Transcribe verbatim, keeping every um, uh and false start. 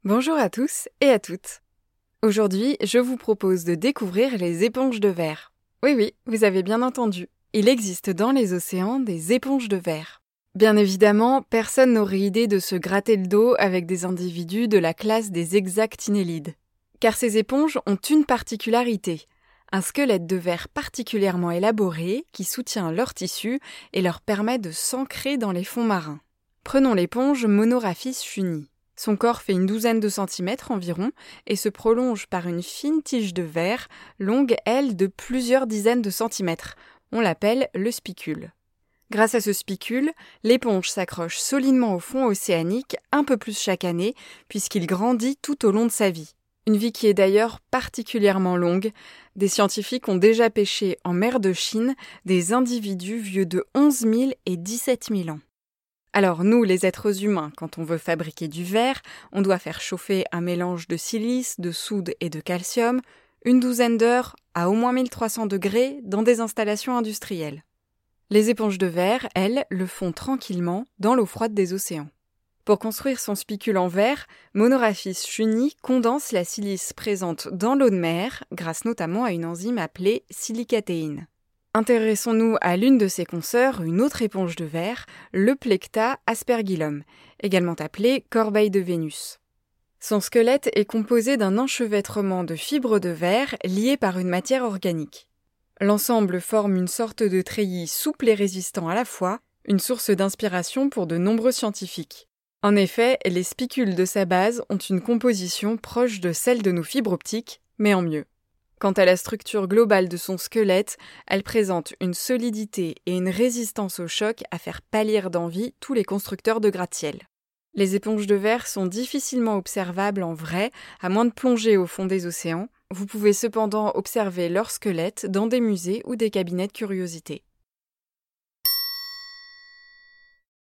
Bonjour à tous et à toutes. Aujourd'hui, je vous propose de découvrir les éponges de verre. Oui, oui, vous avez bien entendu. Il existe dans les océans des éponges de verre. Bien évidemment, personne n'aurait idée de se gratter le dos avec des individus de la classe des hexactinélides. Car ces éponges ont une particularité, un squelette de verre particulièrement élaboré qui soutient leur tissu et leur permet de s'ancrer dans les fonds marins. Prenons l'éponge Monoraphis shuni. Son corps fait une douzaine de centimètres environ et se prolonge par une fine tige de verre, longue, elle, de plusieurs dizaines de centimètres. On l'appelle le spicule. Grâce à ce spicule, l'éponge s'accroche solidement au fond océanique un peu plus chaque année, puisqu'il grandit tout au long de sa vie. Une vie qui est d'ailleurs particulièrement longue. Des scientifiques ont déjà pêché en mer de Chine des individus vieux de onze mille et dix-sept mille ans. Alors nous, les êtres humains, quand on veut fabriquer du verre, on doit faire chauffer un mélange de silice, de soude et de calcium, une douzaine d'heures à au moins mille trois cents degrés dans des installations industrielles. Les éponges de verre, elles, le font tranquillement dans l'eau froide des océans. Pour construire son spicule en verre, Monoraphis shuni condense la silice présente dans l'eau de mer, grâce notamment à une enzyme appelée silicatéine. Intéressons-nous à l'une de ses consoeurs, une autre éponge de verre, le Plecta aspergillum, également appelé corbeille de Vénus. Son squelette est composé d'un enchevêtrement de fibres de verre liées par une matière organique. L'ensemble forme une sorte de treillis souple et résistant à la fois, une source d'inspiration pour de nombreux scientifiques. En effet, les spicules de sa base ont une composition proche de celle de nos fibres optiques, mais en mieux. Quant à la structure globale de son squelette, elle présente une solidité et une résistance au choc à faire pâlir d'envie tous les constructeurs de gratte-ciel. Les éponges de verre sont difficilement observables en vrai, à moins de plonger au fond des océans. Vous pouvez cependant observer leur squelette dans des musées ou des cabinets de curiosités.